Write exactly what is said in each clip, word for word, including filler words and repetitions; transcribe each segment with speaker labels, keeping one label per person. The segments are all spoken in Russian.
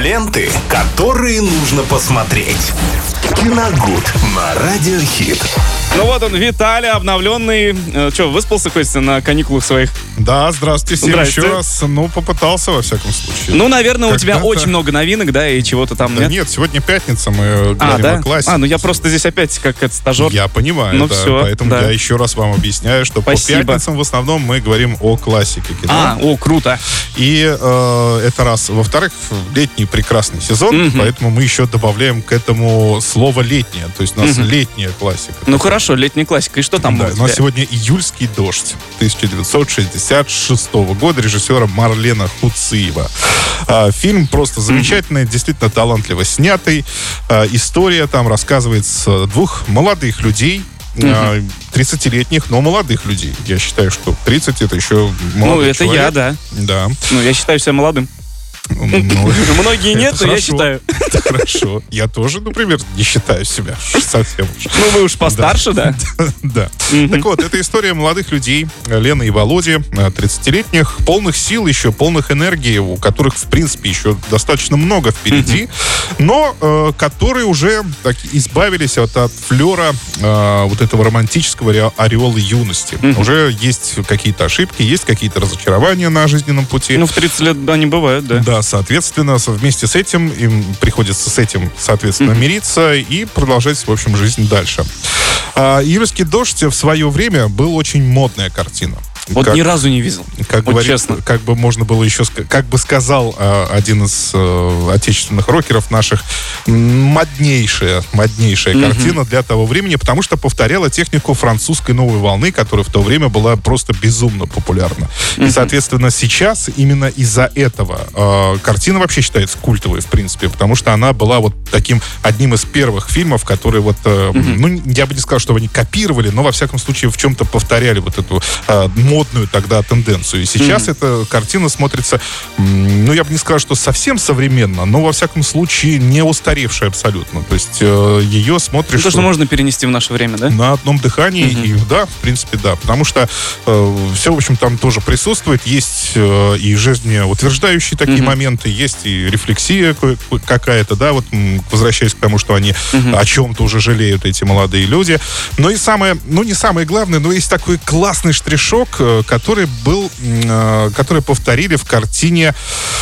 Speaker 1: Ленты, которые нужно посмотреть. Киногуд на Радиохит.
Speaker 2: Ну вот он, Виталий, обновленный. Э, Че, выспался, Костя, на каникулах своих?
Speaker 3: Да, здравствуйте всем
Speaker 2: Здрасте.
Speaker 3: еще раз. Ну, попытался, во всяком случае.
Speaker 2: Ну, наверное, у тебя
Speaker 3: Когда-то-
Speaker 2: очень много новинок, да, и чего-то там
Speaker 3: Да
Speaker 2: нет?
Speaker 3: нет, сегодня пятница, мы
Speaker 2: А,
Speaker 3: говорим
Speaker 2: да?
Speaker 3: о классике.
Speaker 2: А, ну я просто здесь опять как это стажер.
Speaker 3: Я понимаю,
Speaker 2: Ну
Speaker 3: да.
Speaker 2: всё,
Speaker 3: Поэтому
Speaker 2: да.
Speaker 3: я еще раз вам объясняю, что
Speaker 2: Спасибо.
Speaker 3: по пятницам в основном мы говорим о классике кино.
Speaker 2: А, о, круто.
Speaker 3: И э, это раз. Во-вторых, летний прекрасный сезон,
Speaker 2: Мгм.
Speaker 3: поэтому мы еще добавляем к этому слово «летняя». То есть у нас летняя классика.
Speaker 2: Ну хорошо, летняя классика. И что там
Speaker 3: Да,
Speaker 2: будет?
Speaker 3: у нас сегодня «Июльский дождь» тысяча девятьсот шестьдесят шестого года режиссера Марлена Хуциева. А, фильм просто замечательный, действительно талантливо снятый. А, история там рассказывается двух молодых людей, а, тридцатилетних, но молодых людей. Я считаю, что тридцать это еще
Speaker 2: Ну,
Speaker 3: молодой
Speaker 2: это
Speaker 3: человек.
Speaker 2: я, да.
Speaker 3: Да.
Speaker 2: Ну, я считаю себя молодым.
Speaker 3: Ну,
Speaker 2: Многие
Speaker 3: это
Speaker 2: нет, но я
Speaker 3: хорошо.
Speaker 2: считаю.
Speaker 3: это хорошо. Я тоже, например, не считаю себя совсем уж.
Speaker 2: Ну, вы уж постарше, да?
Speaker 3: Да. Так вот, это история молодых людей, Лены и Володи, тридцатилетних, полных сил еще, полных энергии, у которых, в принципе, еще достаточно много впереди, но э, которые уже так, избавились от, от флера э, вот этого романтического ре- ореола юности. Уже есть какие-то ошибки, есть какие-то разочарования на жизненном пути.
Speaker 2: Ну, в тридцать лет, они бывают, да.
Speaker 3: Да, соответственно, со- вместе с этим им приходится с этим, соответственно, мириться и продолжать, в общем, жизнь дальше. А, «Июльский дождь» в свое время был очень модная картина.
Speaker 2: Вот
Speaker 3: Как-
Speaker 2: ни разу не видел.
Speaker 3: как
Speaker 2: Вот
Speaker 3: говорит,
Speaker 2: честно.
Speaker 3: как бы можно было еще, ска- как бы сказал э, один из э, отечественных рокеров наших, м, моднейшая, моднейшая картина для того времени, потому что повторяла технику французской новой волны, которая в то время была просто безумно популярна. И, соответственно, сейчас именно из-за этого э, картина вообще считается культовой, в принципе, потому что она была вот таким одним из первых фильмов, которые вот, э, ну, я бы не сказал, что они копировали, но, во всяком случае, в чем-то повторяли вот эту э, модную тогда тенденцию. И сейчас эта картина смотрится, м, ну, я бы не сказал, что совсем современно, но, во всяком случае, не устаревшая абсолютно. То есть э, ее смотришь...
Speaker 2: Ну, то, что можно перенести в наше время, да?
Speaker 3: На одном дыхании, и да, в принципе, да. Потому что э, все, в общем, там тоже присутствует. Есть э, и жизнеутверждающие такие моменты, есть и рефлексия ко- какая-то, да, вот м, возвращаясь к тому, что они о чем-то уже жалеют, эти молодые люди. Но и самое, ну, не самое главное, но есть такой классный штришок, э, который был, э, который повторили в картине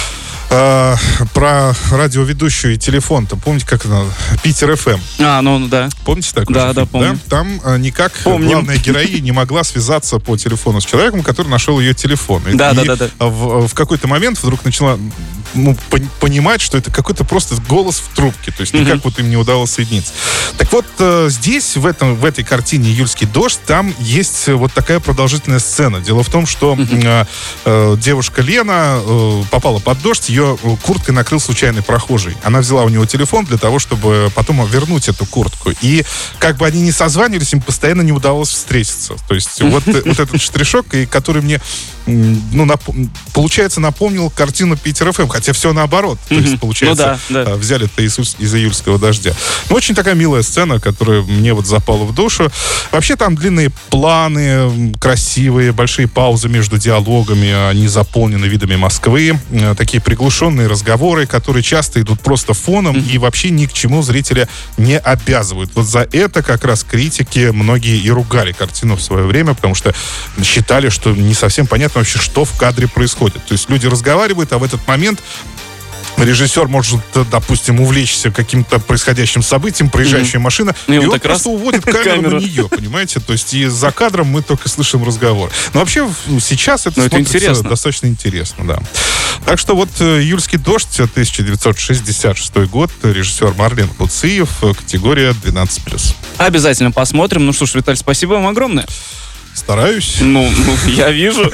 Speaker 3: э, про радиоведущую и телефон-то. Помните, как она? Питер эф эм.
Speaker 2: А, ну, да.
Speaker 3: Помните такой
Speaker 2: Да,
Speaker 3: же
Speaker 2: да,
Speaker 3: фильм,
Speaker 2: помню.
Speaker 3: Там э, никак
Speaker 2: Помним.
Speaker 3: главная героиня не могла связаться по телефону с человеком, который нашел ее телефон. И-
Speaker 2: Да,
Speaker 3: и
Speaker 2: да, да, да.
Speaker 3: В, в какой-то момент вдруг начала ну, пон- понимать, что это какой-то просто голос в трубке. То есть никак вот им не удалось соединиться. Так вот, э, здесь, в, этом, в этой картине «Июльский дождь», там есть э, вот такая продолжительная сцена. Дело в том, что э, э, девушка Лена э, попала под дождь, ее э, курткой накрыл случайный прохожий. Она взяла у него телефон для того, чтобы потом вернуть эту куртку. И как бы они не созванивались, им постоянно не удавалось встретиться. То есть вот, э, вот этот штришок, и который мне, м, ну, нап- получается, напомнил картину Питер эф эм, хотя все наоборот. То есть, получается,
Speaker 2: Ну да, да.
Speaker 3: э, взяли это из, из «Июльского дождя». Ну, очень такая милая сцена, которая мне вот запала в душу. Вообще там длинные планы, м, красивые, большие паузы между диалогами, они заполнены видами Москвы, э, такие приглушенные разговоры, которые часто идут просто фоном и вообще ни к чему зрителя не обязывают. Вот за это как раз критики многие и ругали картину в свое время, потому что считали, что не совсем понятно вообще, что в кадре происходит. То есть люди разговаривают, а в этот момент режиссер может, допустим, увлечься каким-то происходящим событием, проезжающая машина,
Speaker 2: И
Speaker 3: и
Speaker 2: он
Speaker 3: он
Speaker 2: так
Speaker 3: просто
Speaker 2: раз
Speaker 3: уводит камеру,
Speaker 2: камеру.
Speaker 3: на нее, понимаете? То есть и за кадром мы только слышим разговор. Но вообще в- сейчас это
Speaker 2: Ну, это
Speaker 3: смотрится
Speaker 2: интересно.
Speaker 3: достаточно интересно, да. Так что вот э, «Июльский дождь», тысяча девятьсот шестьдесят шестой год, режиссер Марлен Хуциев, э, категория двенадцать плюс.
Speaker 2: Обязательно посмотрим. Ну что ж, Виталий, спасибо вам огромное.
Speaker 3: Стараюсь.
Speaker 2: Ну, ну, я вижу.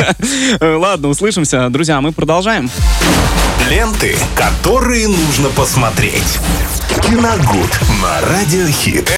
Speaker 2: Ладно, услышимся. Друзья, мы продолжаем.
Speaker 1: Ленты, которые нужно посмотреть. Киногуд на Радиохит.